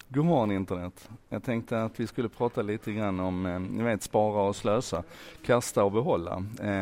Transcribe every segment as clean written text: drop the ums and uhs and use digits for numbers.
God morgon internet. Jag tänkte att vi skulle prata lite grann om, spara och slösa, kasta och behålla.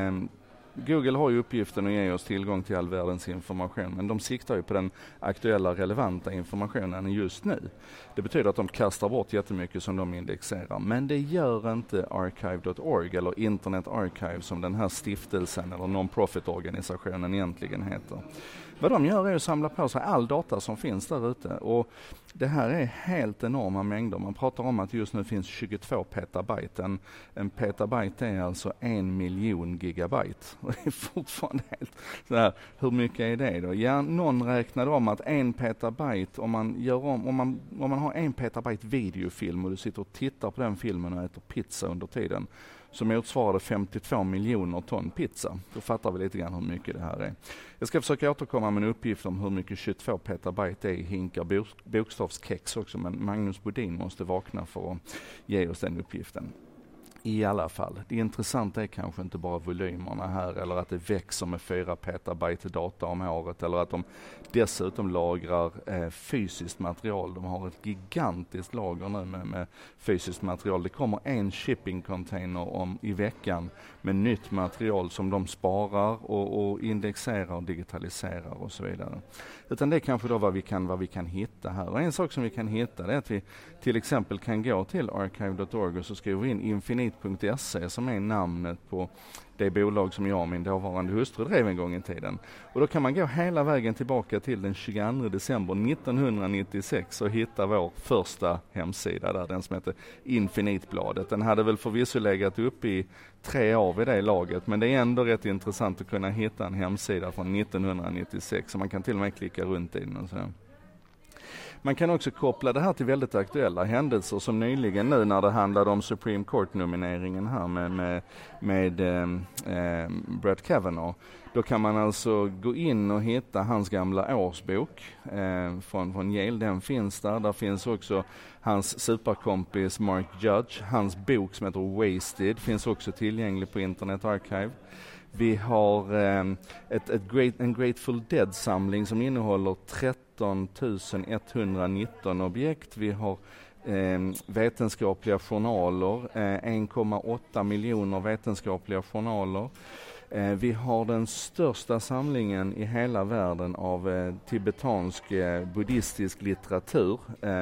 Google har ju uppgiften att ge oss tillgång till all världens information, men de siktar ju på den aktuella relevanta informationen just nu. Det betyder att de kastar bort jättemycket som de indexerar, men det gör inte archive.org eller Internet Archive som den här stiftelsen eller non-profit-organisationen egentligen heter. Vad de gör är att samla på sig all data som finns där ute, och det här är helt enorma mängder. Man pratar om att just nu finns 22 petabyte. En petabyte är alltså 1 miljon gigabyte. Och det är fortfarande helt så här, hur mycket är det då? Ja, någon räknade om att 1 petabyte, om man har 1 petabyte videofilm och du sitter och tittar på den filmen och äter pizza under tiden, så motsvarar det 52 miljoner ton pizza. Då fattar vi lite grann hur mycket det här är. Jag ska försöka återkomma med en uppgift om hur mycket 22 petabyte är i hinkar bokstavskex också, men Magnus Bodin måste vakna för att ge oss den uppgiften. I alla fall, det intressanta är kanske inte bara volymerna här, eller att det växer med 4 petabyte data om året, eller att de dessutom lagrar fysiskt material. De har ett gigantiskt lager nu med fysiskt material. Det kommer en shipping container i veckan med nytt material som de sparar och indexerar och digitaliserar och så vidare. Utan det är kanske då vad vi kan hitta här. Och en sak som vi kan hitta är att vi till exempel kan gå till archive.org och så skriver vi in infinite.se som är namnet på det bolag som jag och min dåvarande hustru drev en gång i tiden. Och då kan man gå hela vägen tillbaka till den 22 december 1996 och hitta vår första hemsida där, den som heter Infinitebladet. Den hade väl förvisso legat upp i 3 år vid det laget, men det är ändå rätt intressant att kunna hitta en hemsida från 1996, så man kan till och med klicka runt i den och så. Man kan också koppla det här till väldigt aktuella händelser, som nyligen nu när det handlade om Supreme Court-nomineringen här med Brett Kavanaugh. Då kan man alltså gå in och hitta hans gamla årsbok från Yale. Den finns där. Där finns också hans superkompis Mark Judge. Hans bok som heter Wasted finns också tillgänglig på Internet Archive. Vi har en Grateful Dead-samling som innehåller 13 119 objekt. Vi har vetenskapliga journaler, 1,8 miljoner vetenskapliga journaler. Vi har den största samlingen i hela världen av tibetansk buddhistisk litteratur.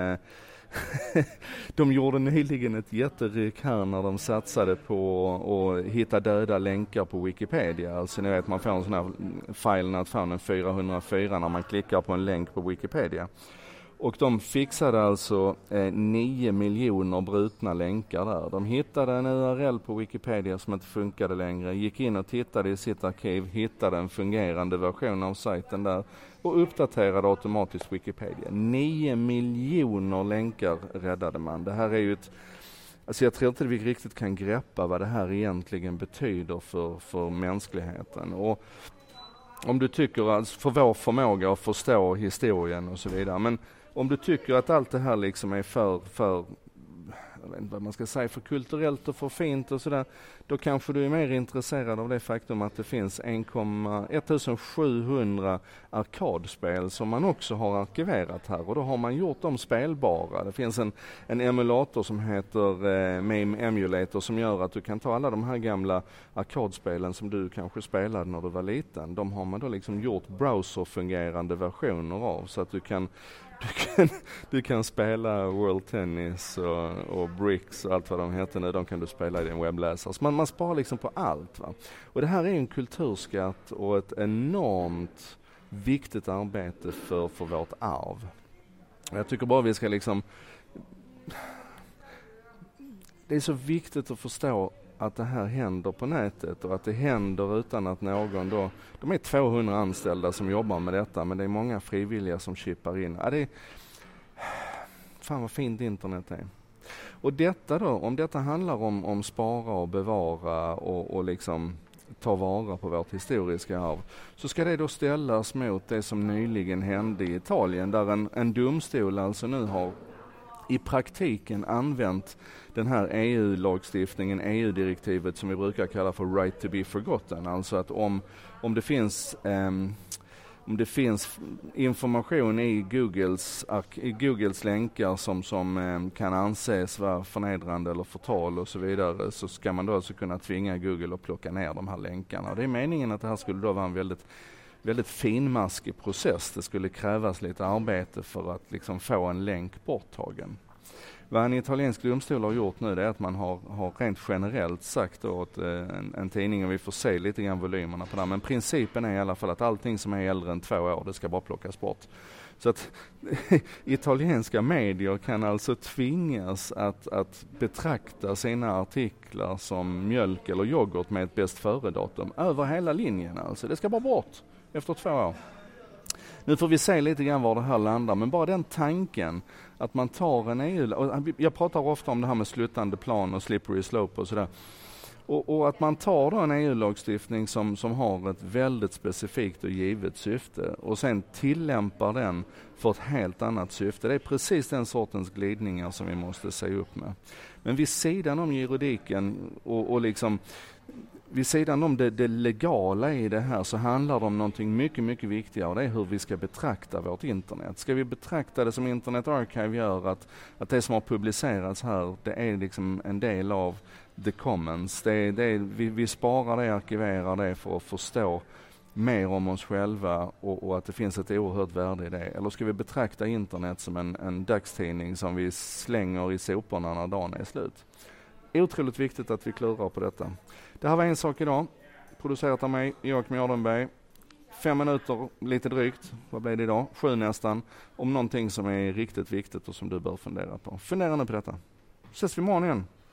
De gjorde nyligen ett jätteryck här när de satsade på att hitta döda länkar på Wikipedia. Alltså ni vet, man får en sån här file att få en 404 när man klickar på en länk på Wikipedia. Och de fixade alltså 9 miljoner brutna länkar där. De hittade en URL på Wikipedia som inte funkade längre. Gick in och tittade i sitt arkiv, hittade en fungerande version av sajten där och uppdaterade automatiskt Wikipedia. 9 miljoner länkar räddade man. Det här är ju alltså jag tror inte vi riktigt kan greppa vad det här egentligen betyder för mänskligheten. Och om du tycker, alltså för vår förmåga att förstå historien och så vidare, men om du tycker att allt det här liksom är för jag vet inte vad man ska säga, för kulturellt och för fint och sådär, då kanske du är mer intresserad av det faktum att det finns 1700 arkadspel som man också har arkiverat här, och då har man gjort dem spelbara. Det finns en emulator som heter MAME Emulator som gör att du kan ta alla de här gamla arkadspelen som du kanske spelade när du var liten. De har man då liksom gjort browserfungerande versioner av, så att du kan spela World Tennis och Bricks och allt vad de heter nu. De kan du spela i din webbläsare. Så man sparar liksom på allt, va? Och det här är en kulturskatt och ett enormt viktigt arbete för vårt arv. Jag tycker bara vi ska liksom... Det är så viktigt att förstå att det här händer på nätet och att det händer utan att någon då... De är 200 anställda som jobbar med detta, men det är många frivilliga som chippar in. Ja, det är... Fan vad fint internet är. Och detta då, om detta handlar om spara och bevara och liksom ta vara på vårt historiska arv, så ska det då ställas mot det som nyligen hände i Italien, där en domstol alltså nu har i praktiken använt den här EU-lagstiftningen, EU-direktivet som vi brukar kalla för right to be forgotten. Alltså att om det finns om det finns information i Googles länkar som kan anses vara förnedrande eller förtal och så vidare, så ska man då alltså kunna tvinga Google att plocka ner de här länkarna. Det är meningen att det här skulle då vara en väldigt finmaskig process. Det skulle krävas lite arbete för att liksom få en länk borttagen. Vad en italiensk domstol har gjort nu, det är att man har rent generellt sagt åt en tidning, och vi får se lite grann volymerna på det, men principen är i alla fall att allting som är äldre än 2 år, det ska bara plockas bort. Så att italienska medier kan alltså tvingas att betrakta sina artiklar som mjölk eller yoghurt med ett bäst före-datum över hela linjen. Alltså det ska bara bort efter 2 år. Nu får vi se lite grann var det här landar, men bara den tanken att man tar en EU, jag pratar ofta om det här med sluttande plan och slippery slope och sådär, och att man tar då en EU-lagstiftning som har ett väldigt specifikt och givet syfte och sen tillämpar den för ett helt annat syfte. Det är precis den sortens glidningar som vi måste se upp med. Men vid sidan om juridiken och liksom vid sidan om det legala i det här, så handlar det om någonting mycket, mycket viktigare, och det är hur vi ska betrakta vårt internet. Ska vi betrakta det som Internet Archive gör, att det som har publicerats här, det är liksom en del av the commons. Vi sparar det, arkiverar det för att förstå mer om oss själva och att det finns ett oerhört värde i det. Eller ska vi betrakta internet som en dagstidning som vi slänger i soporna när dagen är slut? Otroligt viktigt att vi klurar på detta. Det här var En sak idag. Producerat av mig, Joakim Jardenberg. 5 minuter, lite drygt. Vad blev det idag? 7 nästan. Om någonting som är riktigt viktigt och som du bör fundera på. Fundera nu på detta. Ses vi imorgon igen.